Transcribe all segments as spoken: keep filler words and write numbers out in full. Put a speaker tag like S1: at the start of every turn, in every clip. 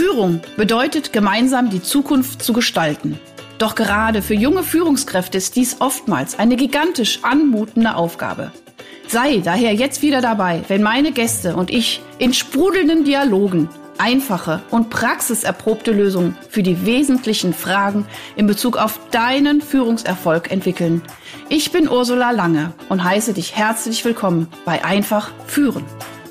S1: Führung bedeutet, gemeinsam die Zukunft zu gestalten. Doch gerade für junge Führungskräfte ist dies oftmals eine gigantisch anmutende Aufgabe. Sei daher jetzt wieder dabei, wenn meine Gäste und ich in sprudelnden Dialogen einfache und praxiserprobte Lösungen für die wesentlichen Fragen in Bezug auf deinen Führungserfolg entwickeln. Ich bin Ursula Lange und heiße dich herzlich willkommen bei Einfach Führen.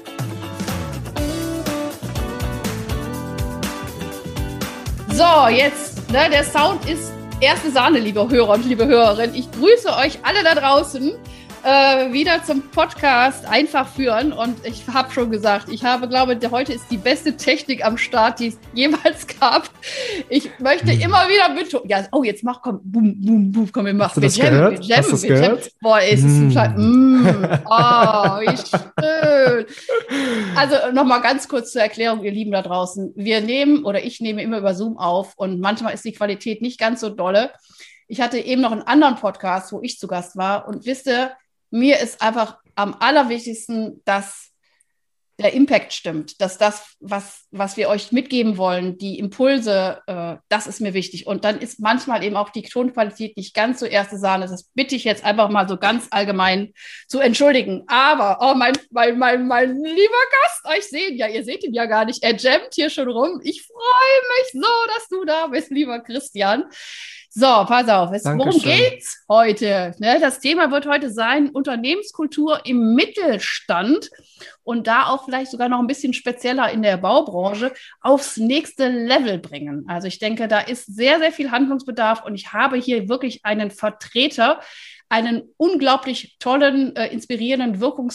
S1: So, jetzt, ne, der Sound ist erste Sahne, liebe Hörer und liebe Hörerinnen. Ich grüße euch alle da draußen äh, wieder zum Podcast Einfach Führen. Und ich habe schon gesagt, ich habe, glaube, heute ist die beste Technik am Start, die es jemals gab. Ich möchte immer wieder betonen. Ja, oh, jetzt mach, komm, boom, boom, boom, komm, wir machen. Wir jammen, wir jammen, wir jammen. Boah, es ist mm. ein mm, oh, wie schön. Also nochmal ganz kurz zur Erklärung, ihr Lieben da draußen. Wir nehmen oder ich nehme immer über Zoom auf und manchmal ist die Qualität nicht ganz so dolle. Ich hatte eben noch einen anderen Podcast, wo ich zu Gast war und wisst ihr, mir ist einfach am allerwichtigsten, dass der Impact stimmt, dass das, was, was wir euch mitgeben wollen, die Impulse, äh, das ist mir wichtig. Und dann ist manchmal eben auch die Tonqualität nicht ganz so erste Sahne. Das bitte ich jetzt einfach mal so ganz allgemein zu entschuldigen. Aber, oh, mein, mein, mein, mein lieber Gast, euch sehen ja, ihr seht ihn ja gar nicht, er jammt hier schon rum. Ich freue mich so, dass du da bist, lieber Christian. So, pass auf, es, worum geht's heute? Ne, das Thema wird heute sein, Unternehmenskultur im Mittelstand und da auch vielleicht sogar noch ein bisschen spezieller in der Baubranche aufs nächste Level bringen. Also ich denke, da ist sehr, sehr viel Handlungsbedarf und ich habe hier wirklich einen Vertreter, einen unglaublich tollen, äh, inspirierenden,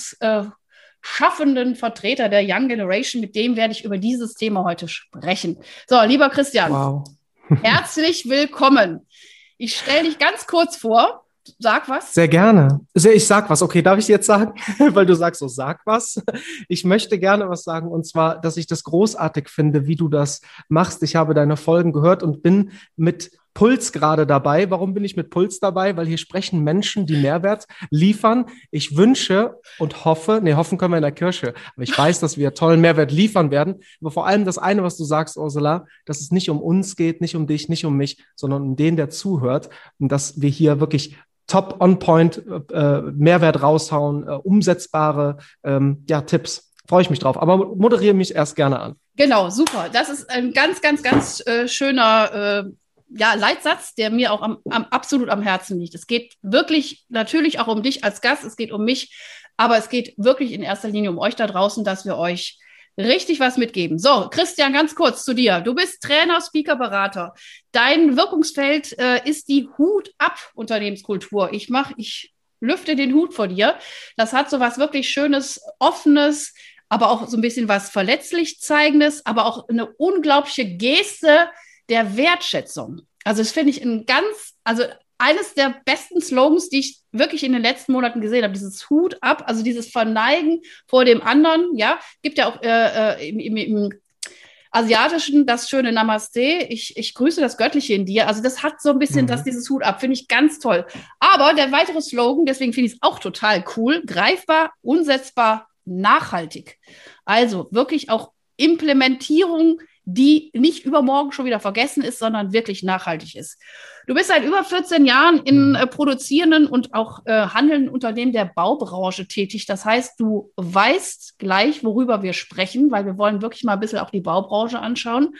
S1: wirkungsschaffenden Vertreter der Young Generation, mit dem werde ich über dieses Thema heute sprechen. So, lieber Christian.
S2: Wow.
S1: Herzlich willkommen. Ich stelle dich ganz kurz vor. Sag was.
S2: Sehr gerne. Ich sag was. Okay, darf ich jetzt sagen? Weil du sagst so, sag was. Ich möchte gerne was sagen und zwar, dass ich das großartig finde, wie du das machst. Ich habe deine Folgen gehört und bin mit Puls gerade dabei. Warum bin ich mit Puls dabei? Weil hier sprechen Menschen, die Mehrwert liefern. Ich wünsche und hoffe, nee, hoffen können wir in der Kirche, aber ich weiß, dass wir tollen Mehrwert liefern werden. Aber vor allem das eine, was du sagst, Ursula, dass es nicht um uns geht, nicht um dich, nicht um mich, sondern um den, der zuhört und dass wir hier wirklich top on point äh, Mehrwert raushauen, äh, umsetzbare ähm, ja, Tipps. Freue ich mich drauf. Aber moderiere mich erst gerne an.
S1: Genau, super. Das ist ein ganz, ganz, ganz äh, schöner äh, ja, Leitsatz, der mir auch am, am, absolut am Herzen liegt. Es geht wirklich natürlich auch um dich als Gast, es geht um mich, aber es geht wirklich in erster Linie um euch da draußen, dass wir euch richtig was mitgeben. So, Christian, ganz kurz zu dir. Du bist Trainer, Speaker, Berater. Dein Wirkungsfeld äh, ist die Hut-ab-Unternehmenskultur. Ich mach, ich lüfte den Hut vor dir. Das hat so was wirklich Schönes, Offenes, aber auch so ein bisschen was verletzlich Zeigendes, aber auch eine unglaubliche Geste der Wertschätzung. Also das finde ich ein ganz, also eines der besten Slogans, die ich wirklich in den letzten Monaten gesehen habe, dieses Hut ab, also dieses Verneigen vor dem anderen, ja, gibt ja auch äh, im, im, im Asiatischen das schöne Namaste, ich, ich grüße das Göttliche in dir, also das hat so ein bisschen, mhm. das, dieses Hut ab, finde ich ganz toll. Aber der weitere Slogan, deswegen finde ich es auch total cool, greifbar, umsetzbar, nachhaltig. Also wirklich auch Implementierung, die nicht übermorgen schon wieder vergessen ist, sondern wirklich nachhaltig ist. Du bist seit über vierzehn Jahren in äh, produzierenden und auch äh, handelnden Unternehmen der Baubranche tätig. Das heißt, du weißt gleich, worüber wir sprechen, weil wir wollen wirklich mal ein bisschen auch die Baubranche anschauen.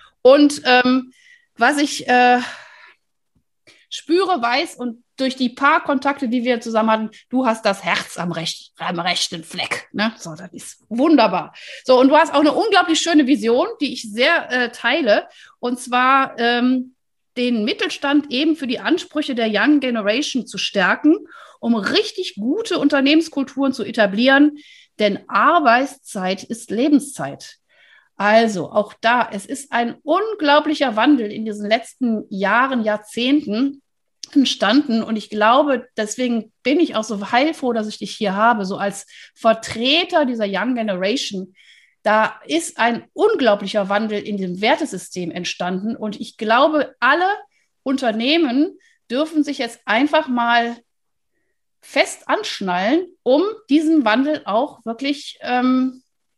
S1: Und ähm, was ich äh, spüre, weiß und durch die paar Kontakte, die wir zusammen hatten, du hast das Herz am, recht, am rechten Fleck. Ne? So, das ist wunderbar. So, und du hast auch eine unglaublich schöne Vision, die ich sehr äh, teile. Und zwar ähm, den Mittelstand eben für die Ansprüche der Young Generation zu stärken, um richtig gute Unternehmenskulturen zu etablieren. Denn Arbeitszeit ist Lebenszeit. Also auch da, es ist ein unglaublicher Wandel in diesen letzten Jahren, Jahrzehnten entstanden. Und ich glaube, deswegen bin ich auch so heilfroh, dass ich dich hier habe, so als Vertreter dieser Young Generation. Da ist ein unglaublicher Wandel in dem Wertesystem entstanden. Und ich glaube, alle Unternehmen dürfen sich jetzt einfach mal fest anschnallen, um diesen Wandel auch wirklich ähm,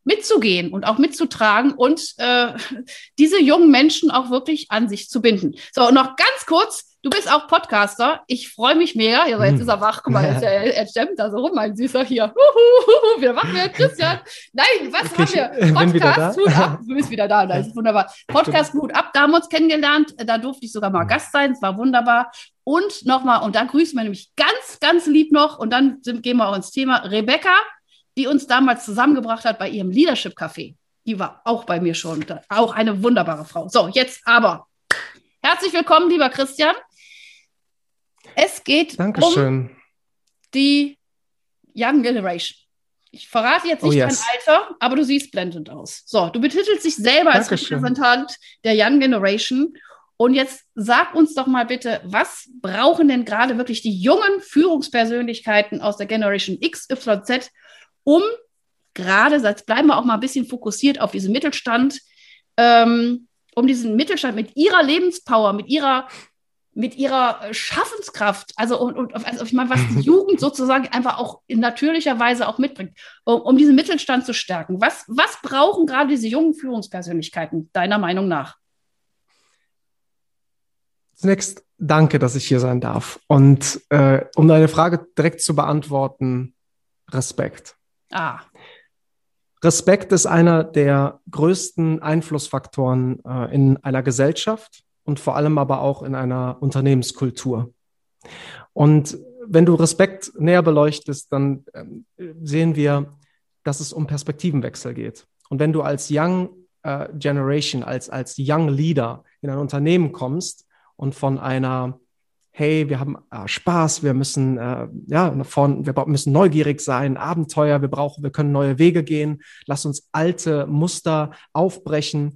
S1: mitzugehen und auch mitzutragen und äh, diese jungen Menschen auch wirklich an sich zu binden. So, und noch ganz kurz, du bist auch Podcaster. Ich freue mich mega. Ja, jetzt ist er wach. Guck mal, jetzt, er, er stemmt da so rum, mein Süßer hier. Huhuhuhu, wieder wach werden, Christian. Nein, was
S2: okay,
S1: haben wir? Podcast, Hut ab. Du bist wieder da. Das ist wunderbar. Podcast, Hut ab. Da haben wir uns kennengelernt. Da durfte ich sogar mal Gast sein. Es war wunderbar. Und nochmal, und da grüßen wir nämlich ganz, ganz lieb noch. Und dann sind, gehen wir auch ins Thema. Rebecca, die uns damals zusammengebracht hat bei ihrem Leadership-Café. Die war auch bei mir schon. Auch eine wunderbare Frau. So, jetzt aber. Herzlich willkommen, lieber Christian. Es geht
S2: Dankeschön.
S1: um die Young Generation. Ich verrate jetzt nicht oh yes. dein Alter, aber du siehst blendend aus. So, du betitelst dich selber
S2: Dankeschön.
S1: als Repräsentant der Young Generation. Und jetzt sag uns doch mal bitte, was brauchen denn gerade wirklich die jungen Führungspersönlichkeiten aus der Generation X Y Z, um gerade, jetzt bleiben wir auch mal ein bisschen fokussiert auf diesen Mittelstand, ähm, um diesen Mittelstand mit ihrer Lebenspower, mit ihrer mit ihrer Schaffenskraft, also, und, und also ich meine, was die Jugend sozusagen einfach auch in natürlicher Weise auch mitbringt, um, um diesen Mittelstand zu stärken. Was, was brauchen gerade diese jungen Führungspersönlichkeiten, deiner Meinung nach?
S2: Zunächst danke, dass ich hier sein darf. Und äh, um deine Frage direkt zu beantworten, Respekt.
S1: Ah.
S2: Respekt ist einer der größten Einflussfaktoren äh, in einer Gesellschaft und vor allem aber auch in einer Unternehmenskultur. Und wenn du Respekt näher beleuchtest, dann ähm, sehen wir, dass es um Perspektivenwechsel geht. Und wenn du als Young äh, Generation, als, als Young Leader in ein Unternehmen kommst und von einer, hey, wir haben äh, Spaß, wir müssen, äh, ja, von, wir müssen neugierig sein, Abenteuer, wir brauchen, wir können neue Wege gehen, lass uns alte Muster aufbrechen,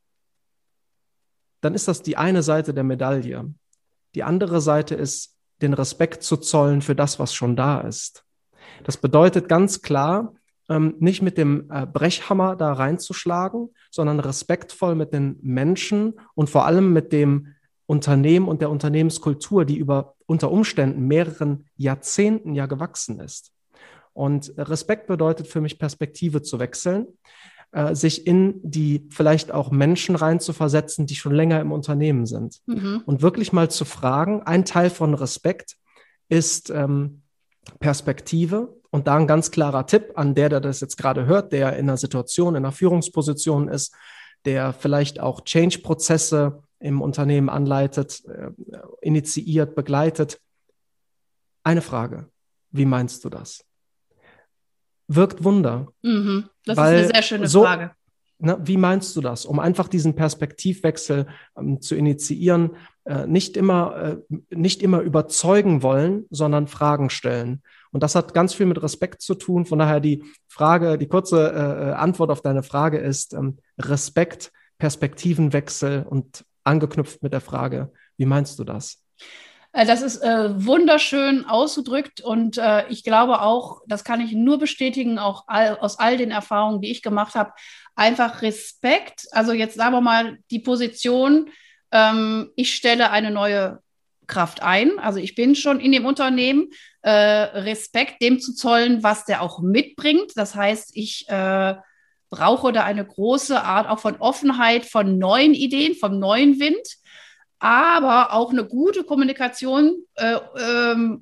S2: dann ist das die eine Seite der Medaille. Die andere Seite ist, den Respekt zu zollen für das, was schon da ist. Das bedeutet ganz klar, ähm, nicht mit dem äh, Brechhammer da reinzuschlagen, sondern respektvoll mit den Menschen und vor allem mit dem Unternehmen und der Unternehmenskultur, die über unter Umständen mehreren Jahrzehnten ja gewachsen ist. Und Respekt bedeutet für mich, Perspektive zu wechseln, sich in die vielleicht auch Menschen reinzuversetzen, die schon länger im Unternehmen sind. Mhm. Und wirklich mal zu fragen, ein Teil von Respekt ist ähm, Perspektive. Und da ein ganz klarer Tipp an der, der das jetzt gerade hört, der in einer Situation, in einer Führungsposition ist, der vielleicht auch Change-Prozesse im Unternehmen anleitet, äh, initiiert, begleitet. Eine Frage, wie meinst du das? Wirkt Wunder.
S1: Mhm. Das weil ist eine sehr schöne
S2: so,
S1: Frage.
S2: Ne, wie meinst du das? Um einfach diesen Perspektivwechsel ähm, zu initiieren, äh, nicht immer, äh, nicht immer überzeugen wollen, sondern Fragen stellen. Und das hat ganz viel mit Respekt zu tun. Von daher die Frage, die kurze äh, Antwort auf deine Frage ist ähm, Respekt, Perspektivenwechsel und angeknüpft mit der Frage, wie meinst du das?
S1: Das ist äh, wunderschön ausgedrückt und äh, ich glaube auch, das kann ich nur bestätigen, auch all, aus all den Erfahrungen, die ich gemacht habe, einfach Respekt. Also jetzt sagen wir mal die Position, ähm, ich stelle eine neue Kraft ein, also ich bin schon in dem Unternehmen, äh, Respekt dem zu zollen, was der auch mitbringt. Das heißt, ich äh, brauche da eine große Art auch von Offenheit, von neuen Ideen, vom neuen Wind. Aber auch eine gute Kommunikation äh, ähm,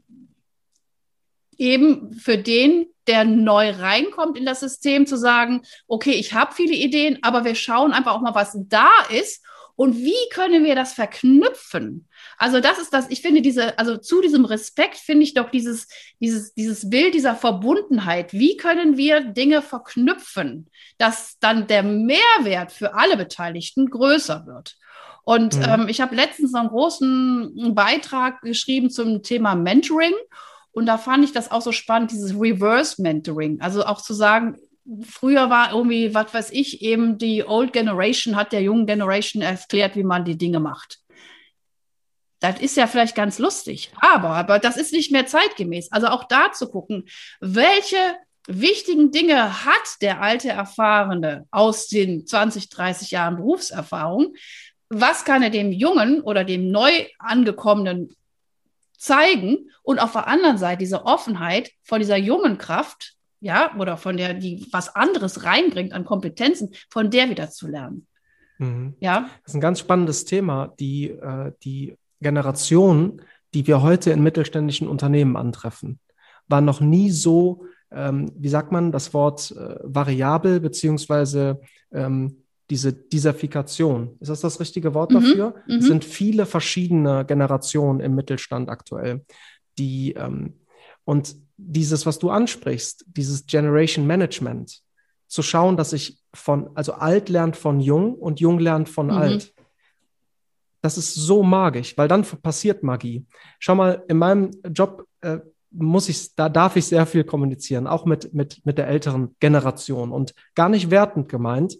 S1: eben für den, der neu reinkommt in das System, zu sagen, okay, ich habe viele Ideen, aber wir schauen einfach auch mal, was da ist und wie können wir das verknüpfen. Also das ist das, ich finde diese, also zu diesem Respekt finde ich doch dieses, dieses, dieses Bild dieser Verbundenheit. Wie können wir Dinge verknüpfen, dass dann der Mehrwert für alle Beteiligten größer wird? Und mhm. ähm, ich habe letztens noch einen großen Beitrag geschrieben zum Thema Mentoring. Und da fand ich das auch so spannend, dieses Reverse Mentoring. Also auch zu sagen, früher war irgendwie, was weiß ich, eben die Old Generation hat der jungen Generation erklärt, wie man die Dinge macht. Das ist ja vielleicht ganz lustig, aber, aber das ist nicht mehr zeitgemäß. Also auch da zu gucken, welche wichtigen Dinge hat der alte Erfahrene aus den zwanzig, dreißig Jahren Berufserfahrung, was kann er dem Jungen oder dem neu angekommenen zeigen und auf der anderen Seite diese Offenheit vor dieser jungen Kraft ja, oder von der, die was anderes reinbringt an Kompetenzen, von der wieder zu lernen.
S2: Mhm.
S1: Ja.
S2: Das ist ein ganz spannendes Thema, die, äh, die Generation, die wir heute in mittelständischen Unternehmen antreffen, war noch nie so, ähm, wie sagt man, das Wort äh, variabel, beziehungsweise ähm, diese Diversifikation. Ist das das richtige Wort
S1: Mhm,
S2: dafür?
S1: mhm.
S2: Es sind viele verschiedene Generationen im Mittelstand aktuell, die ähm, und dieses, was du ansprichst, dieses Generation Management, zu schauen, dass ich von, also alt lernt von jung und jung lernt von
S1: Mhm.
S2: alt. Das ist so magisch, weil dann passiert Magie. Schau mal, in meinem Job äh, muss ich, da darf ich sehr viel kommunizieren, auch mit, mit, mit der älteren Generation. Und gar nicht wertend gemeint,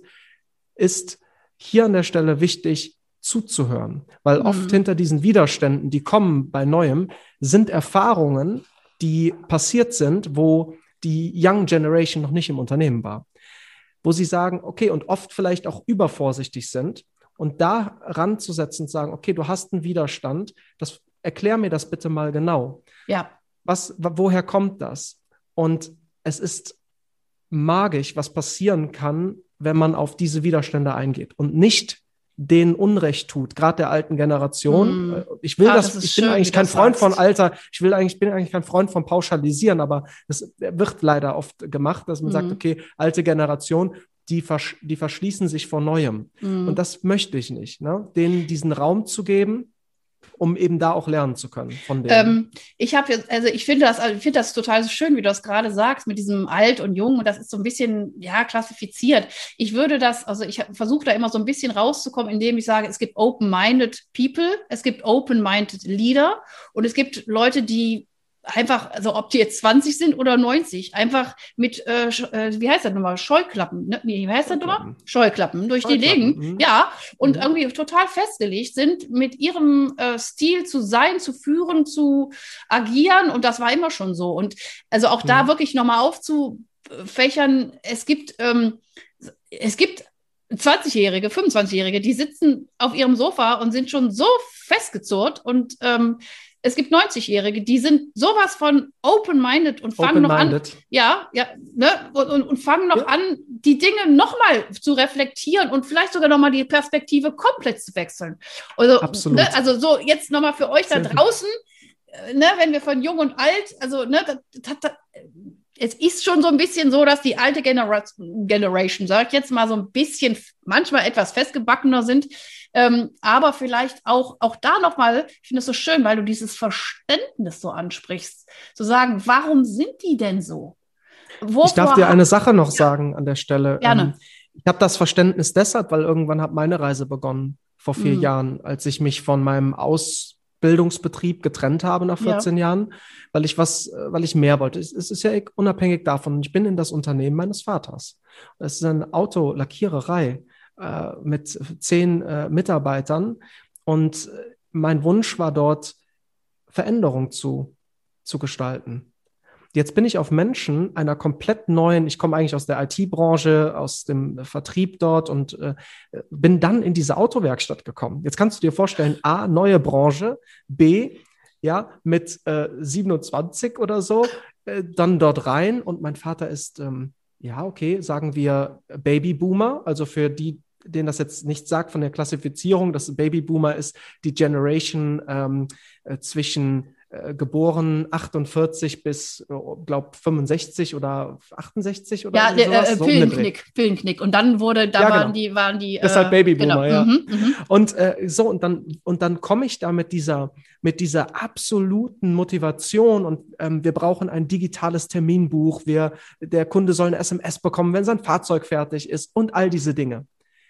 S2: ist hier an der Stelle wichtig zuzuhören, weil
S1: Mhm.
S2: oft hinter diesen Widerständen, die kommen bei Neuem, sind Erfahrungen, die passiert sind, wo die Young Generation noch nicht im Unternehmen war, wo sie sagen, okay, und oft vielleicht auch übervorsichtig sind und da ranzusetzen und sagen, okay, du hast einen Widerstand, das, erklär mir das bitte mal genau.
S1: Ja.
S2: Was, woher kommt das? Und es ist magisch, was passieren kann, wenn man auf diese Widerstände eingeht und nicht denen Unrecht tut, gerade der alten Generation.
S1: Mm.
S2: Ich will
S1: Ah,
S2: das,
S1: das
S2: ich
S1: schön,
S2: bin eigentlich kein Freund
S1: sagst.
S2: von Alter, ich will eigentlich, bin eigentlich kein Freund von Pauschalisieren, aber das wird leider oft gemacht, dass man mm. sagt, okay, alte Generation, die, versch die verschließen sich vor Neuem. Mm. Und das möchte ich nicht, ne? Denen diesen Raum zu geben, um eben da auch lernen zu können von denen.
S1: Ähm, ich habe jetzt, also ich finde das, also ich finde das total schön, wie du das gerade sagst, mit diesem alt und jung, und das ist so ein bisschen, ja, klassifiziert. Ich würde das, also ich versuche da immer so ein bisschen rauszukommen, indem ich sage, es gibt open-minded people, es gibt open-minded Leader und es gibt Leute, die einfach, also ob die jetzt zwanzig sind oder neunzig, einfach mit, äh, wie heißt das nochmal, Scheuklappen, ne? Wie heißt das nochmal? Scheuklappen durch die Gegend, mhm. ja, und mhm. irgendwie total festgelegt sind, mit ihrem äh, Stil zu sein, zu führen, zu agieren, und das war immer schon so. Und also auch mhm. da wirklich nochmal aufzufächern, es gibt, ähm, es gibt zwanzigjährige, fünfundzwanzigjährige, die sitzen auf ihrem Sofa und sind schon so festgezurrt, und ähm, es gibt neunzigjährige, die sind sowas von open-minded und fangen noch an, ja, ja, ne, und, und fangen noch ja. an, die Dinge nochmal zu reflektieren und vielleicht sogar nochmal die Perspektive komplett zu wechseln. Also,
S2: absolut.
S1: Ne, also so jetzt nochmal für euch da draußen, ne, wenn wir von jung und alt, also ne, das, das, das, es ist schon so ein bisschen so, dass die alte Genera Generation, sag ich jetzt mal, so ein bisschen manchmal etwas festgebackener sind, ähm, aber vielleicht auch, auch da nochmal, ich finde es so schön, weil du dieses Verständnis so ansprichst, zu sagen, warum sind die denn so?
S2: Wovor ich darf dir eine Sache noch sagen an der Stelle.
S1: Gerne.
S2: Ähm, ich habe das Verständnis deshalb, weil irgendwann hat meine Reise begonnen, vor vier mhm. Jahren, als ich mich von meinem Ausbildungsbetrieb getrennt habe nach vierzehn ja. Jahren, weil ich was, weil ich mehr wollte. Es, es ist ja unabhängig davon. Ich bin in das Unternehmen meines Vaters. Es ist eine Autolackiererei äh, mit zehn äh, Mitarbeitern, und mein Wunsch war dort, Veränderung zu, zu gestalten. Jetzt bin ich auf Menschen einer komplett neuen, ich komme eigentlich aus der I T-Branche, aus dem Vertrieb dort, und äh, bin dann in diese Autowerkstatt gekommen. Jetzt kannst du dir vorstellen, A, neue Branche, B, ja, mit äh, siebenundzwanzig oder so, äh, dann dort rein, und mein Vater ist, ähm, ja, okay, sagen wir Babyboomer, also für die, denen das jetzt nicht sagt von der Klassifizierung, das Babyboomer ist die Generation ähm, äh, zwischen äh, geboren achtundvierzig bis, äh, glaube fünfundsechzig oder achtundsechzig oder
S1: ja,
S2: sowas.
S1: Äh,
S2: so
S1: Pillenknick, Pillenknick. Und dann wurde, da
S2: ja,
S1: waren
S2: genau.
S1: die, waren die.
S2: Deshalb
S1: äh,
S2: Babyboomer,
S1: genau.
S2: ja.
S1: Mhm, mhm.
S2: Und äh, so, und dann, und dann komme ich da mit dieser, mit dieser absoluten Motivation, und ähm, wir brauchen ein digitales Terminbuch, wir, der Kunde soll eine S M S bekommen, wenn sein Fahrzeug fertig ist, und all diese Dinge.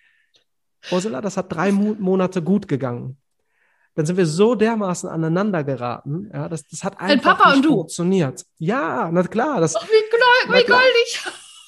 S2: Ursula, das hat drei Mo- Monate gut gegangen. Dann sind wir so dermaßen aneinander geraten, ja, das, das hat einfach
S1: Papa
S2: nicht
S1: und du.
S2: funktioniert. Ja, na klar. Das,
S1: Ach, wie, wie goldig.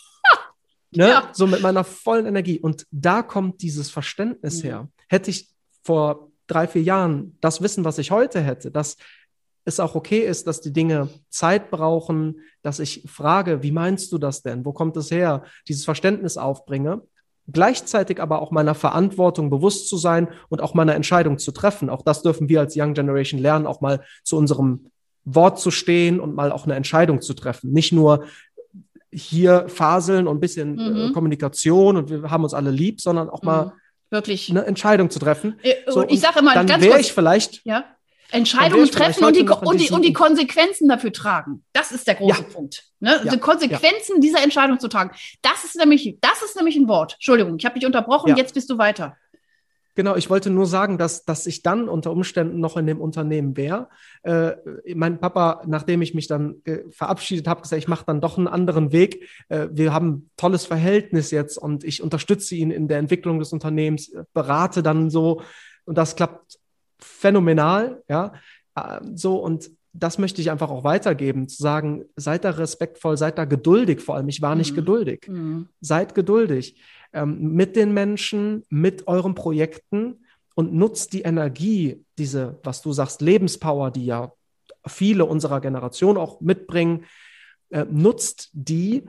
S2: Ne?
S1: Ja.
S2: So mit meiner vollen Energie. Und da kommt dieses Verständnis
S1: mhm.
S2: her. Hätte ich vor drei, vier Jahren das Wissen, was ich heute hätte, dass es auch okay ist, dass die Dinge Zeit brauchen, dass ich frage, wie meinst du das denn? Wo kommt es her? Dieses Verständnis aufbringe, gleichzeitig aber auch meiner Verantwortung bewusst zu sein und auch meiner Entscheidung zu treffen. Auch das dürfen wir als Young Generation lernen, auch mal zu unserem Wort zu stehen und mal auch eine Entscheidung zu treffen. Nicht nur hier faseln und ein bisschen
S1: Mhm.
S2: äh, Kommunikation und wir haben uns alle lieb, sondern auch mal
S1: Mhm. Wirklich.
S2: eine Entscheidung zu treffen.
S1: Äh,
S2: So,
S1: Und ich
S2: und
S1: sage immer
S2: dann
S1: ganz
S2: wäre
S1: kurz,
S2: ich vielleicht,
S1: ja,
S2: dann wäre
S1: Entscheidungen
S2: ich vielleicht
S1: treffen und
S2: heute
S1: die,
S2: noch in
S1: und, die, und die
S2: diesem,
S1: Konsequenzen dafür tragen. Das ist der große
S2: Ja.
S1: Punkt. Ne?
S2: Ja.
S1: Die Konsequenzen dieser Entscheidung zu tragen. Das ist nämlich, das ist nämlich ein Wort. Entschuldigung, ich habe dich unterbrochen,
S2: Ja.
S1: jetzt bist du weiter.
S2: Genau, ich wollte nur sagen, dass, dass ich dann unter Umständen noch in dem Unternehmen wäre. Äh, mein Papa, nachdem ich mich dann äh, verabschiedet habe, gesagt, ich mache dann doch einen anderen Weg. Äh, wir haben ein tolles Verhältnis jetzt und ich unterstütze ihn in der Entwicklung des Unternehmens, berate dann so und das klappt phänomenal, ja. Äh, so und das möchte ich einfach auch weitergeben, zu sagen, seid da respektvoll, seid da geduldig vor allem. Ich war nicht
S1: Mhm.
S2: geduldig.
S1: Mhm.
S2: Seid geduldig. Ähm, mit den Menschen, mit euren Projekten und nutzt die Energie, diese, was du sagst, Lebenspower, die ja viele unserer Generation auch mitbringen, äh, nutzt die,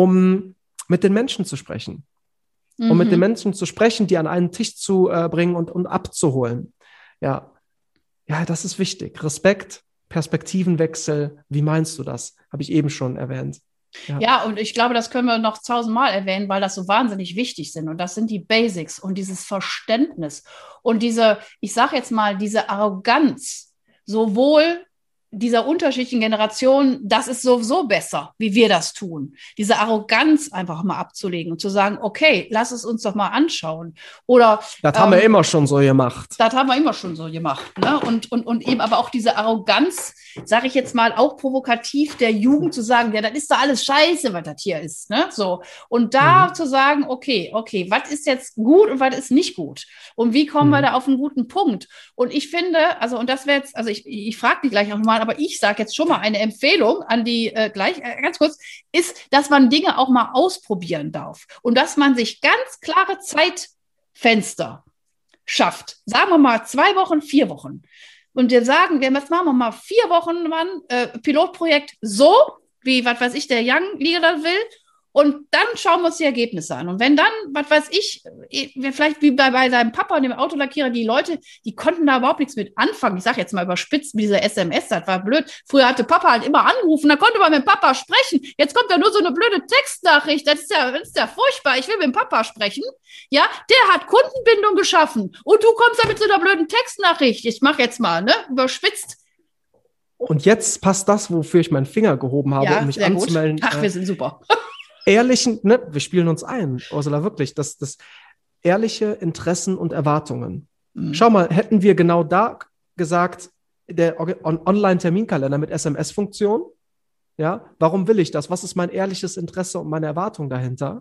S2: um mit den Menschen zu sprechen.
S1: Mhm.
S2: Um mit den Menschen zu sprechen, die an einen Tisch zu äh, bringen und, und abzuholen. Ja. Ja, das ist wichtig. Respekt, Perspektivenwechsel, wie meinst du das? Habe ich eben schon erwähnt.
S1: Ja. ja, und ich glaube, das können wir noch tausendmal erwähnen, weil das so wahnsinnig wichtig sind. Und das sind die Basics und dieses Verständnis und diese, ich sage jetzt mal, diese Arroganz, sowohl dieser unterschiedlichen Generation, das ist sowieso besser, wie wir das tun. Diese Arroganz einfach mal abzulegen und zu sagen, okay, lass es uns doch mal anschauen. Oder
S2: das haben
S1: ähm,
S2: wir immer schon so gemacht.
S1: Das haben wir immer schon so gemacht. Ne? Und, und, und eben aber auch diese Arroganz, sage ich jetzt mal, auch provokativ der Jugend zu sagen, ja, das ist doch alles scheiße, was das hier ist. Ne? So. Und da mhm. zu sagen, okay, okay, was ist jetzt gut und was ist nicht gut? Und wie kommen mhm. wir da auf einen guten Punkt? Und ich finde, also, und das wäre jetzt, also ich, ich frage dich gleich nochmal, aber ich sage jetzt schon mal eine Empfehlung an die, äh, gleich, äh, ganz kurz, ist, dass man Dinge auch mal ausprobieren darf. Und dass man sich ganz klare Zeitfenster schafft. Sagen wir mal zwei Wochen, vier Wochen. Und wir sagen, wir machen wir mal vier Wochen, Mann, äh, Pilotprojekt so, wie, was weiß ich, der Young Leader will. Und dann schauen wir uns die Ergebnisse an. Und wenn dann, was weiß ich, vielleicht wie bei, bei seinem Papa und dem Autolackierer, die Leute, die konnten da überhaupt nichts mit anfangen. Ich sage jetzt mal überspitzt, mit dieser S M S, das war blöd. Früher hatte Papa halt immer angerufen, da konnte man mit Papa sprechen. Jetzt kommt da nur so eine blöde Textnachricht. Das ist ja, das ist ja furchtbar. Ich will mit dem Papa sprechen. Ja, der hat Kundenbindung geschaffen. Und du kommst da mit so einer blöden Textnachricht. Ich mache jetzt mal, ne, überspitzt.
S2: Und jetzt passt das, wofür ich meinen Finger gehoben habe,
S1: ja,
S2: um mich anzumelden.
S1: Gut. Ach, wir sind super.
S2: Ehrlichen, ne, wir spielen uns ein, Ursula, wirklich, das, das ehrliche Interessen und Erwartungen. Mhm. Schau mal, hätten wir genau da gesagt, der On- Online-Terminkalender mit S M S-Funktion, ja, warum will ich das? Was ist mein ehrliches Interesse und meine Erwartung dahinter?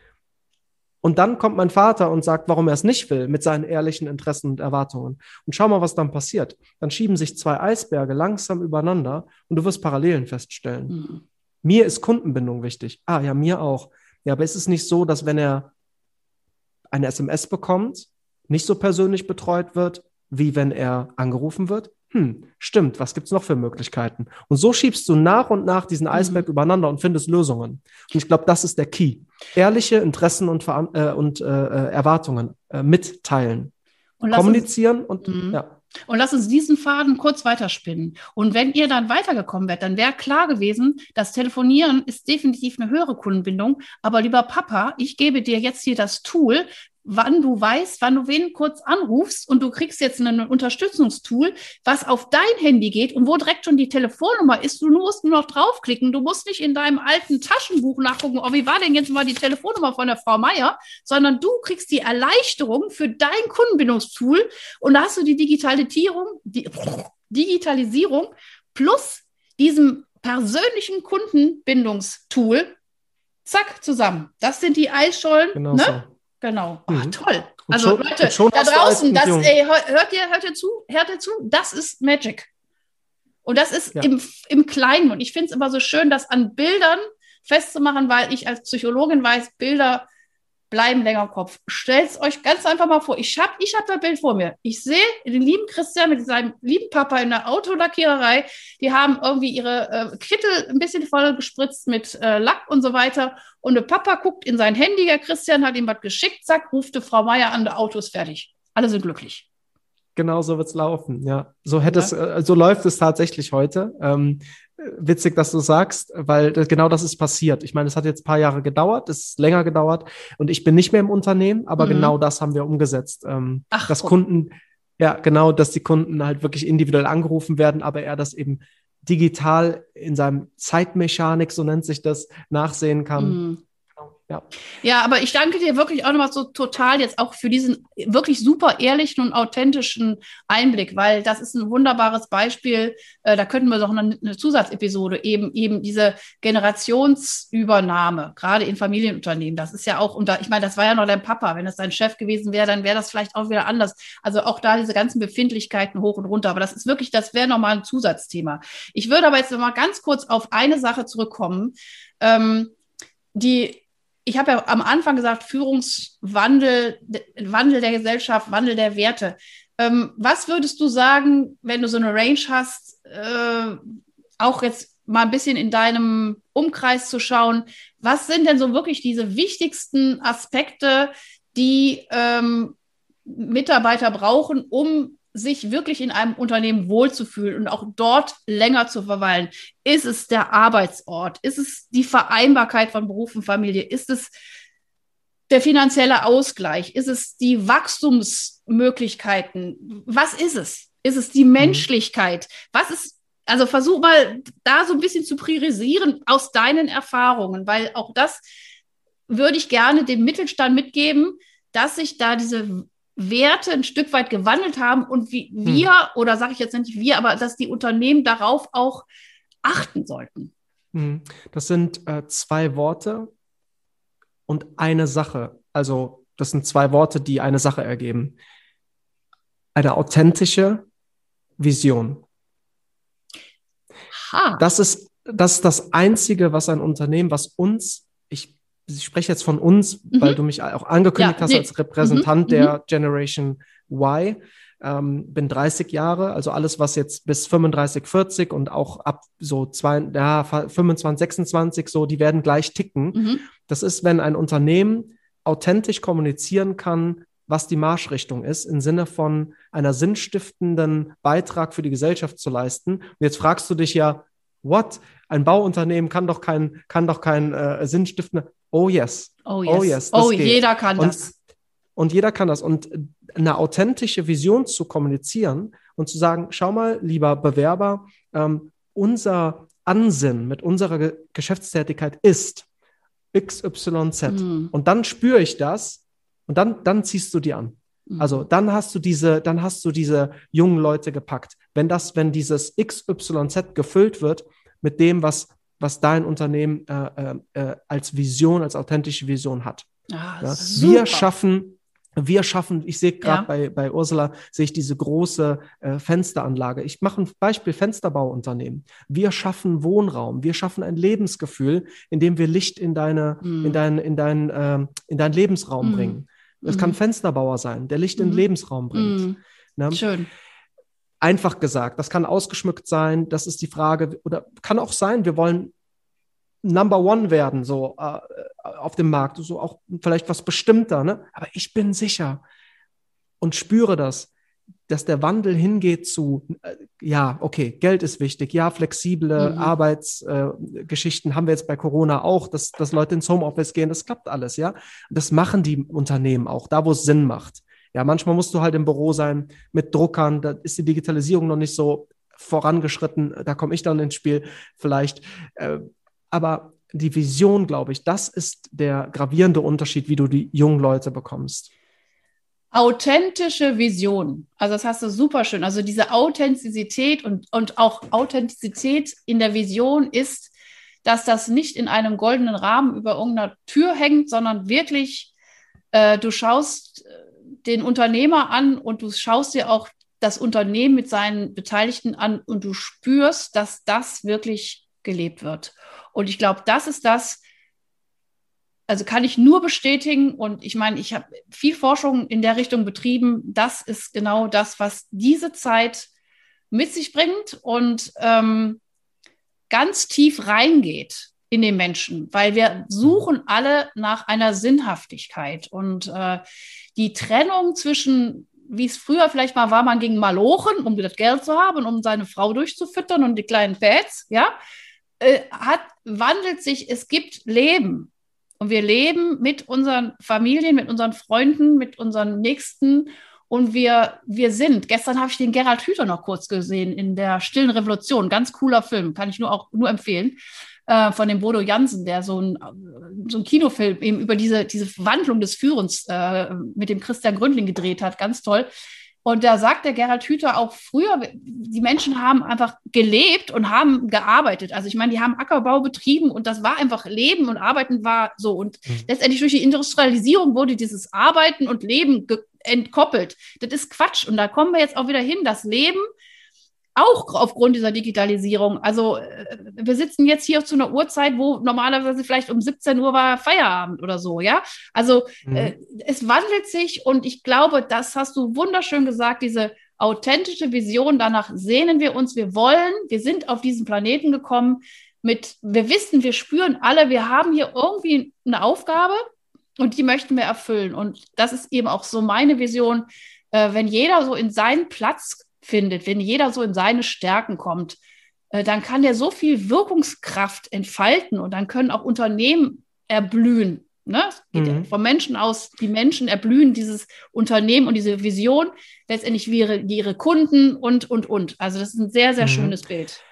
S2: Und dann kommt mein Vater und sagt, warum er es nicht will, mit seinen ehrlichen Interessen und Erwartungen. Und schau mal, was dann passiert. Dann schieben sich zwei Eisberge langsam übereinander und du wirst Parallelen feststellen. Mhm. Mir ist Kundenbindung wichtig. Ah, ja, mir auch. Ja, aber ist es nicht so, dass wenn er eine S M S bekommt, nicht so persönlich betreut wird, wie wenn er angerufen wird? Hm, stimmt, was gibt's noch für Möglichkeiten? Und so schiebst du nach und nach diesen Eisberg mhm. übereinander und findest Lösungen. Und ich glaube, das ist der Key. Ehrliche Interessen und, äh, und äh, Erwartungen äh, mitteilen. Und kommunizieren uns, und mhm. ja.
S1: Und lass uns diesen Faden kurz weiterspinnen. Und wenn ihr dann weitergekommen wärt, dann wäre klar gewesen, das Telefonieren ist definitiv eine höhere Kundenbindung. Aber lieber Papa, ich gebe dir jetzt hier das Tool, wann du weißt, wann du wen kurz anrufst und du kriegst jetzt ein Unterstützungstool, was auf dein Handy geht und wo direkt schon die Telefonnummer ist. Du musst nur noch draufklicken. Du musst nicht in deinem alten Taschenbuch nachgucken, oh, wie war denn jetzt mal die Telefonnummer von der Frau Meier, sondern du kriegst die Erleichterung für dein Kundenbindungstool und da hast du die Digitalisierung, die Digitalisierung plus diesem persönlichen Kundenbindungstool, zack, zusammen. Das sind die Eisschollen,
S2: genau
S1: ne?
S2: So.
S1: Genau. Ach,
S2: mhm.
S1: toll.
S2: Und
S1: Also
S2: schon,
S1: Leute,
S2: schon
S1: da draußen, das, ey, hört ihr, hört ihr zu? Hört ihr zu? Das ist Magic. Und das ist ja. im, im Kleinen. Und ich finde es immer so schön, das an Bildern festzumachen, weil ich als Psychologin weiß, Bilder bleiben länger im Kopf. Stellt es euch ganz einfach mal vor. Ich habe ich hab das Bild vor mir. Ich sehe den lieben Christian mit seinem lieben Papa in der Autolackiererei. Die haben irgendwie ihre äh, Kittel ein bisschen voll gespritzt mit äh, Lack und so weiter. Und der Papa guckt in sein Handy. Der Christian hat ihm was geschickt. Zack, rufte Frau Meier an, der Auto ist fertig. Alle sind glücklich.
S2: Genau so wird es laufen, ja. So hätte ja. es, äh, so läuft es tatsächlich heute. Ähm, witzig, dass du sagst, weil das, genau das ist passiert. Ich meine, es hat jetzt ein paar Jahre gedauert, es ist länger gedauert und ich bin nicht mehr im Unternehmen, aber mhm. genau das haben wir umgesetzt. Ähm,
S1: Ach,
S2: dass
S1: guck.
S2: Kunden, ja, genau, dass die Kunden halt wirklich individuell angerufen werden, aber er das eben digital in seinem Zeitmechanik, so nennt sich das, nachsehen kann.
S1: Mhm. Ja. ja, aber ich danke dir wirklich auch nochmal so total jetzt auch für diesen wirklich super ehrlichen und authentischen Einblick, weil das ist ein wunderbares Beispiel. Äh, da könnten wir doch eine, eine Zusatzepisode eben eben diese Generationsübernahme, gerade in Familienunternehmen. Das ist ja auch, und da, ich meine, das war ja noch dein Papa. Wenn das dein Chef gewesen wäre, dann wäre das vielleicht auch wieder anders. Also auch da diese ganzen Befindlichkeiten hoch und runter. Aber das ist wirklich, das wäre nochmal ein Zusatzthema. Ich würde aber jetzt nochmal ganz kurz auf eine Sache zurückkommen, ähm, die ich habe ja am Anfang gesagt, Führungswandel, Wandel der Gesellschaft, Wandel der Werte. Ähm, was würdest du sagen, wenn du so eine Range hast, äh, auch jetzt mal ein bisschen in deinem Umkreis zu schauen, was sind denn so wirklich diese wichtigsten Aspekte, die ähm, Mitarbeiter brauchen, um sich wirklich in einem Unternehmen wohlzufühlen und auch dort länger zu verweilen? Ist es der Arbeitsort? Ist es die Vereinbarkeit von Beruf und Familie? Ist es der finanzielle Ausgleich? Ist es die Wachstumsmöglichkeiten? Was ist es? Ist es die Menschlichkeit? Was ist, also versuch mal da so ein bisschen zu priorisieren aus deinen Erfahrungen, weil auch das würde ich gerne dem Mittelstand mitgeben, dass sich da diese Werte ein Stück weit gewandelt haben und wie wir, hm. oder sage ich jetzt nicht wir, aber dass die Unternehmen darauf auch achten sollten.
S2: Das sind äh, zwei Worte und eine Sache. Also das sind zwei Worte, die eine Sache ergeben. Eine authentische Vision. Ha. Das ist, das ist das Einzige, was ein Unternehmen, was uns, ich Ich spreche jetzt von uns, mhm. weil du mich auch angekündigt ja, hast nee. als Repräsentant mhm. der Generation Y. Ähm, bin dreißig Jahre, also alles, was jetzt bis fünfunddreißig, vierzig und auch ab so zwei, ja, fünfundzwanzig, sechsundzwanzig, so, die werden gleich ticken. Mhm. Das ist, wenn ein Unternehmen authentisch kommunizieren kann, was die Marschrichtung ist, im Sinne von einer sinnstiftenden Beitrag für die Gesellschaft zu leisten. Und jetzt fragst du dich ja, what? Ein Bauunternehmen kann doch kein, kann doch kein äh, sinnstiftender. Oh yes.
S1: Oh yes. Oh, yes, oh geht. Jeder kann
S2: und,
S1: das.
S2: Und jeder kann das. Und eine authentische Vision zu kommunizieren und zu sagen, schau mal, lieber Bewerber, ähm, unser Ansinnen mit unserer Ge- Geschäftstätigkeit ist X Y Z. Mm. Und dann spüre ich das und dann, dann ziehst du die an. Mm. Also dann hast du diese, dann hast du diese jungen Leute gepackt. Wenn das, wenn dieses X Y Z gefüllt wird mit dem, was was dein Unternehmen äh, äh, als Vision, als authentische Vision hat.
S1: Ah,
S2: ja? Wir schaffen, wir schaffen, ich sehe gerade ja. bei, bei Ursula, sehe ich diese große äh, Fensteranlage. Ich mache ein Beispiel Fensterbauunternehmen. Wir schaffen Wohnraum, wir schaffen ein Lebensgefühl, indem wir Licht in deine, mm. in dein, in dein, äh, in deinen Lebensraum mm. bringen. Es mm. kann ein Fensterbauer sein, der Licht mm. in den Lebensraum bringt.
S1: Mm.
S2: Ne?
S1: Schön.
S2: Einfach gesagt, das kann ausgeschmückt sein, das ist die Frage, oder kann auch sein, wir wollen Number One werden, so äh, auf dem Markt, so auch vielleicht was bestimmter, ne? Aber ich bin sicher und spüre das, dass der Wandel hingeht zu, äh, ja, okay, Geld ist wichtig, ja, flexible mhm. Arbeitsgeschichten äh, haben wir jetzt bei Corona auch, dass, dass Leute ins Homeoffice gehen, das klappt alles, ja. Das machen die Unternehmen auch, da wo es Sinn macht. Ja, manchmal musst du halt im Büro sein mit Druckern, da ist die Digitalisierung noch nicht so vorangeschritten, da komme ich dann ins Spiel vielleicht. Aber die Vision, glaube ich, das ist der gravierende Unterschied, wie du die jungen Leute bekommst.
S1: Authentische Vision, also das hast du super schön, also diese Authentizität und, und auch Authentizität in der Vision ist, dass das nicht in einem goldenen Rahmen über irgendeiner Tür hängt, sondern wirklich, äh, du schaust den Unternehmer an und du schaust dir auch das Unternehmen mit seinen Beteiligten an und du spürst, dass das wirklich gelebt wird. Und ich glaube, das ist das, also kann ich nur bestätigen und ich meine, ich habe viel Forschung in der Richtung betrieben. Das ist genau das, was diese Zeit mit sich bringt und ähm, ganz tief reingeht in den Menschen, weil wir suchen alle nach einer Sinnhaftigkeit und äh, die Trennung zwischen wie es früher vielleicht mal war, man ging malochen, um das Geld zu haben, um seine Frau durchzufüttern und die kleinen Päds, ja, äh, hat, wandelt sich, es gibt Leben. Und wir leben mit unseren Familien, mit unseren Freunden, mit unseren Nächsten. Und wir, wir sind, gestern habe ich den Gerald Hüther noch kurz gesehen in der Stillen Revolution. Ganz cooler Film, kann ich nur auch nur empfehlen, äh, von dem Bodo Jansen, der so ein, so ein Kinofilm eben über diese, diese Wandlung des Führens äh, mit dem Christian Gründling gedreht hat. Ganz toll. Und da sagt der Gerald Hüther auch früher, die Menschen haben einfach gelebt und haben gearbeitet. Also ich meine, die haben Ackerbau betrieben und das war einfach Leben und Arbeiten war so. Und mhm. letztendlich durch die Industrialisierung wurde dieses Arbeiten und Leben entkoppelt. Das ist Quatsch. Und da kommen wir jetzt auch wieder hin, das Leben auch aufgrund dieser Digitalisierung. Also wir sitzen jetzt hier zu einer Uhrzeit, wo normalerweise vielleicht um siebzehn Uhr war Feierabend oder so, ja. Also mhm. äh, es wandelt sich und ich glaube, das hast du wunderschön gesagt, diese authentische Vision, danach sehnen wir uns, wir wollen, wir sind auf diesen Planeten gekommen mit, wir wissen, wir spüren alle, wir haben hier irgendwie eine Aufgabe und die möchten wir erfüllen. Und das ist eben auch so meine Vision, äh, wenn jeder so in seinen Platz findet, wenn jeder so in seine Stärken kommt, äh, dann kann der so viel Wirkungskraft entfalten und dann können auch Unternehmen erblühen. Ne? Es geht mhm. ja vom Menschen aus, die Menschen erblühen dieses Unternehmen und diese Vision, letztendlich wie ihre, wie ihre Kunden und, und, und. Also das ist ein sehr, sehr mhm. schönes Bild.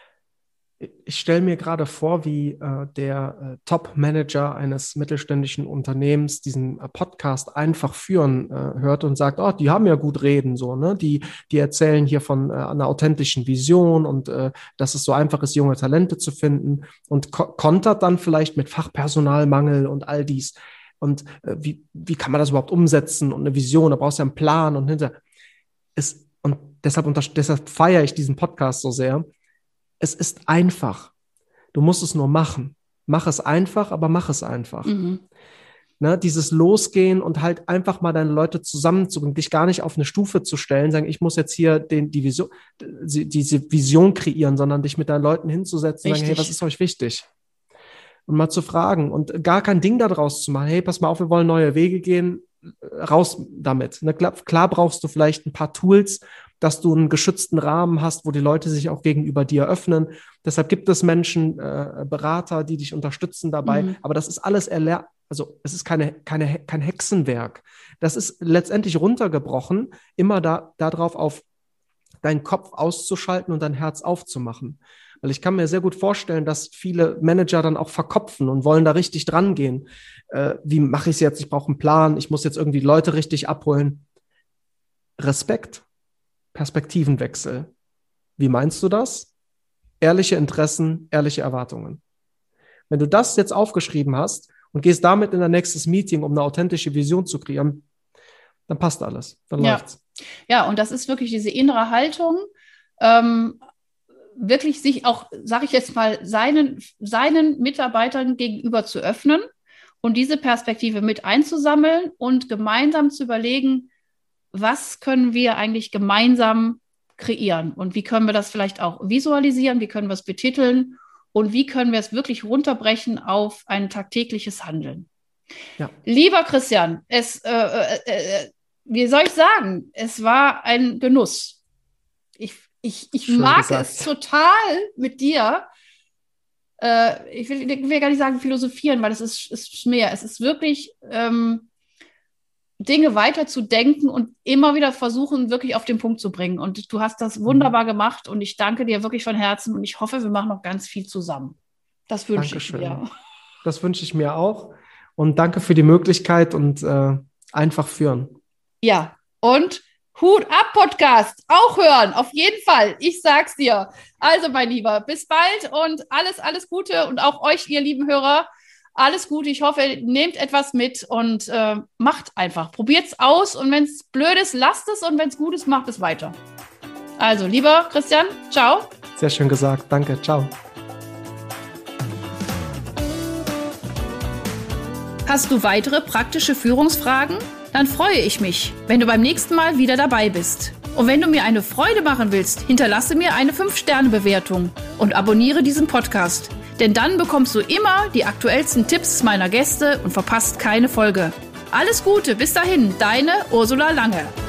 S2: Ich stelle mir gerade vor, wie äh, der äh, Top-Manager eines mittelständischen Unternehmens diesen äh, Podcast einfach führen äh, hört und sagt, oh, die haben ja gut reden, so, ne? Die, die erzählen hier von äh, einer authentischen Vision und äh, dass es so einfach ist, junge Talente zu finden und ko- kontert dann vielleicht mit Fachpersonalmangel und all dies. Und äh, wie, wie kann man das überhaupt umsetzen und eine Vision? Da brauchst du ja einen Plan und hinter. Es, und deshalb, unter, deshalb feiere ich diesen Podcast so sehr. Es ist einfach. Du musst es nur machen. Mach es einfach, aber mach es einfach. Mhm. Ne, dieses Losgehen und halt einfach mal deine Leute zusammenzubringen, dich gar nicht auf eine Stufe zu stellen, sagen, ich muss jetzt hier den, die Vision, diese Vision kreieren, sondern dich mit deinen Leuten hinzusetzen und sagen, hey, was ist euch wichtig? Und mal zu fragen und gar kein Ding daraus zu machen. Hey, pass mal auf, wir wollen neue Wege gehen, raus damit. Ne, klar, klar brauchst du vielleicht ein paar Tools, dass du einen geschützten Rahmen hast, wo die Leute sich auch gegenüber dir öffnen. Deshalb gibt es Menschen, äh, Berater, die dich unterstützen dabei. Mhm. Aber das ist alles erlernt. Also es ist keine, keine, kein Hexenwerk. Das ist letztendlich runtergebrochen, immer da darauf auf deinen Kopf auszuschalten und dein Herz aufzumachen. Weil ich kann mir sehr gut vorstellen, dass viele Manager dann auch verkopfen und wollen da richtig dran gehen. Äh, wie mache ich es jetzt? Ich brauche einen Plan. Ich muss jetzt irgendwie Leute richtig abholen. Respekt. Perspektivenwechsel. Wie meinst du das? Ehrliche Interessen, ehrliche Erwartungen. Wenn du das jetzt aufgeschrieben hast und gehst damit in dein nächstes Meeting, um eine authentische Vision zu kreieren, dann passt alles, dann
S1: ja.
S2: läuft's.
S1: Ja, und das ist wirklich diese innere Haltung, ähm, wirklich sich auch, sage ich jetzt mal, seinen, seinen Mitarbeitern gegenüber zu öffnen und diese Perspektive mit einzusammeln und gemeinsam zu überlegen, was können wir eigentlich gemeinsam kreieren und wie können wir das vielleicht auch visualisieren, wie können wir es betiteln und wie können wir es wirklich runterbrechen auf ein tagtägliches Handeln. Ja. Lieber Christian, es, äh, äh, äh, wie soll ich sagen, es war ein Genuss. Ich, ich, ich mag gesagt. es total mit dir. Äh, ich, will, ich will gar nicht sagen philosophieren, weil es ist, ist mehr. Es ist wirklich ähm, Dinge weiter zu denken und immer wieder versuchen, wirklich auf den Punkt zu bringen. Und du hast das wunderbar gemacht und ich danke dir wirklich von Herzen und ich hoffe, wir machen noch ganz viel zusammen. Das wünsche ich mir.
S2: Das wünsche ich mir auch und danke für die Möglichkeit und äh, einfach führen.
S1: Ja, und Hut ab Podcast, auch hören, auf jeden Fall. Ich sag's dir. Also, mein Lieber, bis bald und alles, alles Gute und auch euch, ihr lieben Hörer, alles Gute. Ich hoffe, nehmt etwas mit und äh, macht einfach. Probiert's aus und wenn es blöd ist, lasst es und wenn es gut ist, macht es weiter. Also, lieber Christian, ciao.
S2: Sehr schön gesagt. Danke. Ciao.
S1: Hast du weitere praktische Führungsfragen? Dann freue ich mich, wenn du beim nächsten Mal wieder dabei bist. Und wenn du mir eine Freude machen willst, hinterlasse mir eine fünf Sterne Bewertung und abonniere diesen Podcast. Denn dann bekommst du immer die aktuellsten Tipps meiner Gäste und verpasst keine Folge. Alles Gute, bis dahin, deine Ursula Lange.